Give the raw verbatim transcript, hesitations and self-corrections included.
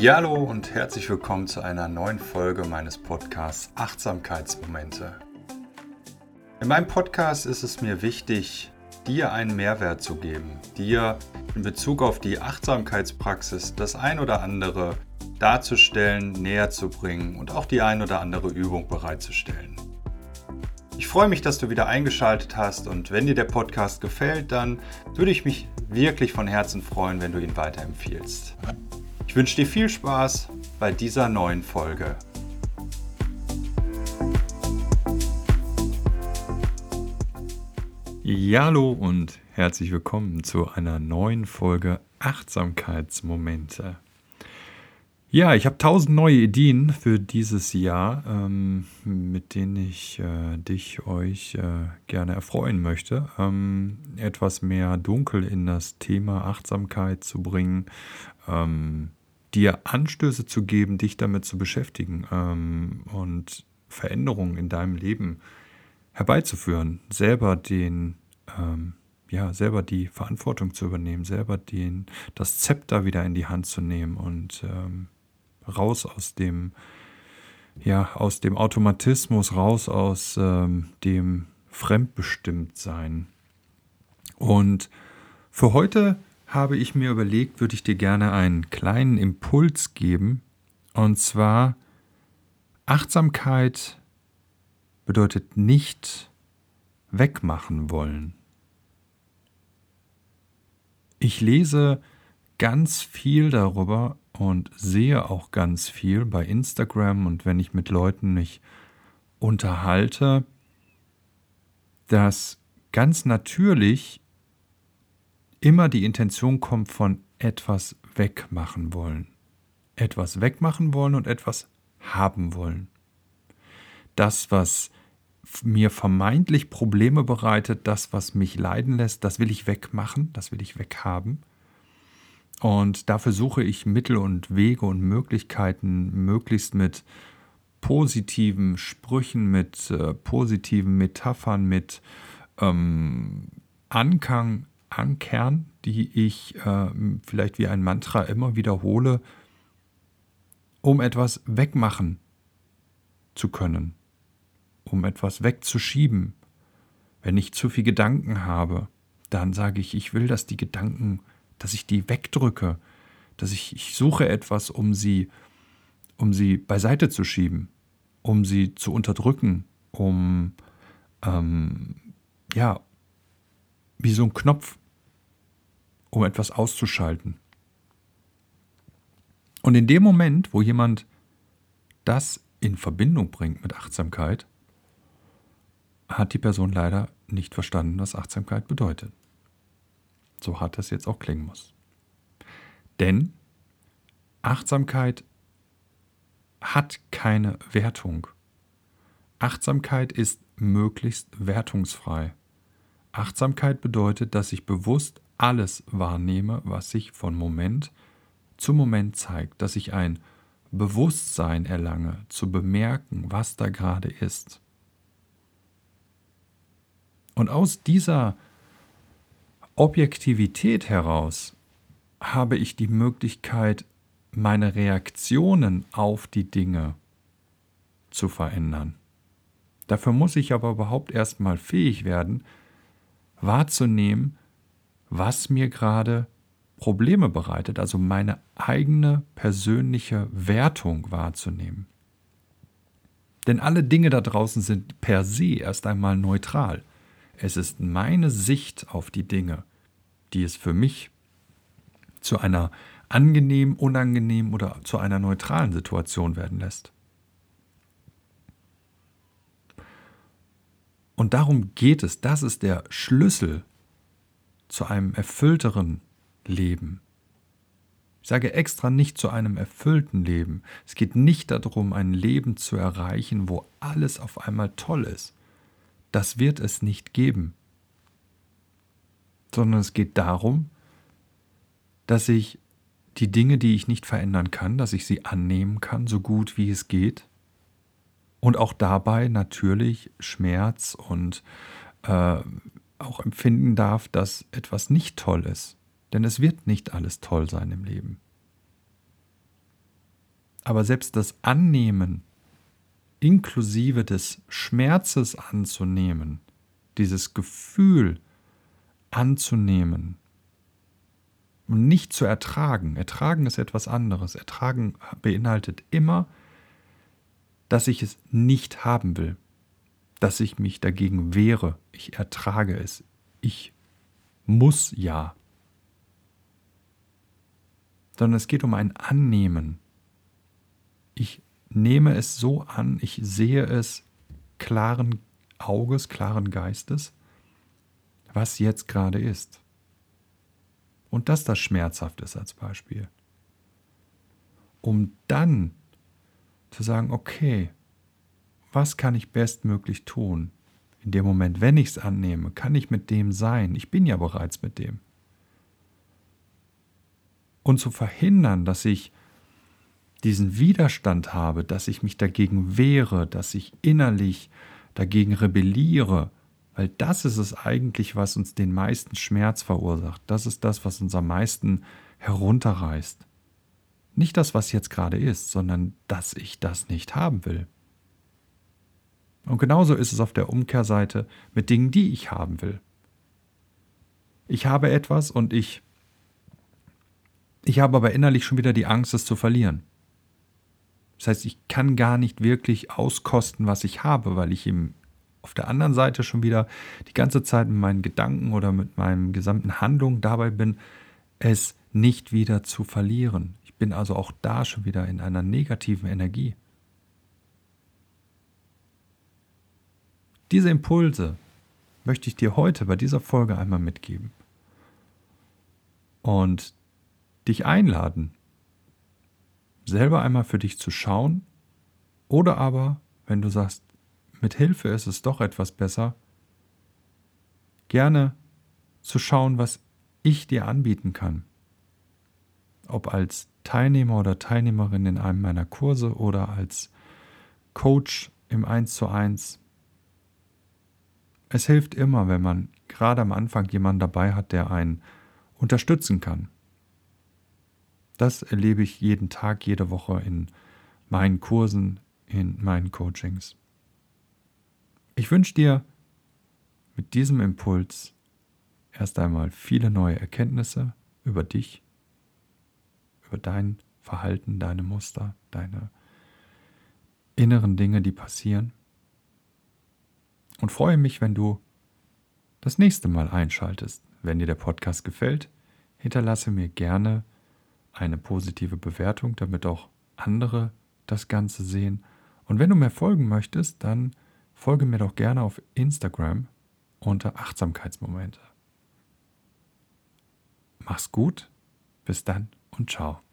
Ja, hallo und herzlich willkommen zu einer neuen Folge meines Podcasts Achtsamkeitsmomente. In meinem Podcast ist es mir wichtig, dir einen Mehrwert zu geben, dir in Bezug auf die Achtsamkeitspraxis das ein oder andere darzustellen, näher zu bringen und auch die ein oder andere Übung bereitzustellen. Ich freue mich, dass du wieder eingeschaltet hast, und wenn dir der Podcast gefällt, dann würde ich mich wirklich von Herzen freuen, wenn du ihn weiterempfiehlst. Ich wünsche dir viel Spaß bei dieser neuen Folge. Ja, hallo und herzlich willkommen zu einer neuen Folge Achtsamkeitsmomente. Ja, ich habe tausend neue Ideen für dieses Jahr, ähm, mit denen ich äh, dich, euch äh, gerne erfreuen möchte, ähm, etwas mehr Dunkel in das Thema Achtsamkeit zu bringen, ähm, dir Anstöße zu geben, dich damit zu beschäftigen ähm, und Veränderungen in deinem Leben herbeizuführen, selber den, ähm, ja, selber die Verantwortung zu übernehmen, selber den, das Zepter wieder in die Hand zu nehmen und ähm, raus aus dem, ja, aus dem Automatismus, raus aus ähm, dem Fremdbestimmtsein. Und für heute habe ich mir überlegt, würde ich dir gerne einen kleinen Impuls geben. Und zwar, Achtsamkeit bedeutet nicht wegmachen wollen. Ich lese ganz viel darüber und sehe auch ganz viel bei Instagram und wenn ich mit Leuten mich unterhalte, dass ganz natürlich immer die Intention kommt von etwas wegmachen wollen. Etwas wegmachen wollen und etwas haben wollen. Das, was mir vermeintlich Probleme bereitet, das, was mich leiden lässt, das will ich wegmachen, das will ich weghaben. Und dafür suche ich Mittel und Wege und Möglichkeiten, möglichst mit positiven Sprüchen, mit äh, positiven Metaphern, mit ähm, Ankern, Ankern, die ich äh, vielleicht wie ein Mantra immer wiederhole, um etwas wegmachen zu können, um etwas wegzuschieben. Wenn ich zu viel Gedanken habe, dann sage ich, ich will, dass die Gedanken, dass ich die wegdrücke, dass ich, ich suche etwas, um sie, um sie beiseite zu schieben, um sie zu unterdrücken, um, ähm, ja, wie so ein Knopf, um etwas auszuschalten. Und in dem Moment, wo jemand das in Verbindung bringt mit Achtsamkeit, hat die Person leider nicht verstanden, was Achtsamkeit bedeutet. So hart das jetzt auch klingen muss. Denn Achtsamkeit hat keine Wertung. Achtsamkeit ist möglichst wertungsfrei. Achtsamkeit bedeutet, dass ich bewusst alles wahrnehme, was sich von Moment zu Moment zeigt, dass ich ein Bewusstsein erlange, zu bemerken, was da gerade ist. Und aus dieser Objektivität heraus habe ich die Möglichkeit, meine Reaktionen auf die Dinge zu verändern. Dafür muss ich aber überhaupt erstmal fähig werden, wahrzunehmen, was mir gerade Probleme bereitet, also meine eigene persönliche Wertung wahrzunehmen. Denn alle Dinge da draußen sind per se erst einmal neutral. Es ist meine Sicht auf die Dinge, die es für mich zu einer angenehmen, unangenehmen oder zu einer neutralen Situation werden lässt. Und darum geht es. Das ist der Schlüssel zu einem erfüllteren Leben. Ich sage extra nicht zu einem erfüllten Leben. Es geht nicht darum, ein Leben zu erreichen, wo alles auf einmal toll ist. Das wird es nicht geben. Sondern es geht darum, dass ich die Dinge, die ich nicht verändern kann, dass ich sie annehmen kann, so gut wie es geht. Und auch dabei natürlich Schmerz und äh, auch empfinden darf, dass etwas nicht toll ist. Denn es wird nicht alles toll sein im Leben. Aber selbst das Annehmen, inklusive des Schmerzes anzunehmen, dieses Gefühl anzunehmen und nicht zu ertragen. Ertragen ist etwas anderes. Ertragen beinhaltet immer, dass ich es nicht haben will, dass ich mich dagegen wehre. Ich ertrage es. Ich muss ja. Sondern es geht um ein Annehmen. Ich nehme es so an, ich sehe es klaren Auges, klaren Geistes, was jetzt gerade ist. Und dass das schmerzhaft ist als Beispiel. Um dann zu sagen, okay, was kann ich bestmöglich tun? In dem Moment, wenn ich es annehme, kann ich mit dem sein. Ich bin ja bereits mit dem. Und zu verhindern, dass ich diesen Widerstand habe, dass ich mich dagegen wehre, dass ich innerlich dagegen rebelliere, weil das ist es eigentlich, was uns den meisten Schmerz verursacht. Das ist das, was uns am meisten herunterreißt. Nicht das, was jetzt gerade ist, sondern dass ich das nicht haben will. Und genauso ist es auf der Umkehrseite mit Dingen, die ich haben will. Ich habe etwas und ich, ich habe aber innerlich schon wieder die Angst, es zu verlieren. Das heißt, ich kann gar nicht wirklich auskosten, was ich habe, weil ich eben auf der anderen Seite schon wieder die ganze Zeit mit meinen Gedanken oder mit meinem gesamten Handlung dabei bin, es nicht wieder zu verlieren. Ich bin also auch da schon wieder in einer negativen Energie. Diese Impulse möchte ich dir heute bei dieser Folge einmal mitgeben und dich einladen, selber einmal für dich zu schauen oder aber, wenn du sagst, mit Hilfe ist es doch etwas besser, gerne zu schauen, was ich dir anbieten kann. Ob als Teilnehmer oder Teilnehmerin in einem meiner Kurse oder als Coach im eins zu eins. Es hilft immer, wenn man gerade am Anfang jemanden dabei hat, der einen unterstützen kann. Das erlebe ich jeden Tag, jede Woche in meinen Kursen, in meinen Coachings. Ich wünsche dir mit diesem Impuls erst einmal viele neue Erkenntnisse über dich, über dein Verhalten, deine Muster, deine inneren Dinge, die passieren. Und freue mich, wenn du das nächste Mal einschaltest. Wenn dir der Podcast gefällt, hinterlasse mir gerne eine positive Bewertung, damit auch andere das Ganze sehen. Und wenn du mir folgen möchtest, dann folge mir doch gerne auf Instagram unter Achtsamkeitsmomente. Mach's gut, bis dann und ciao.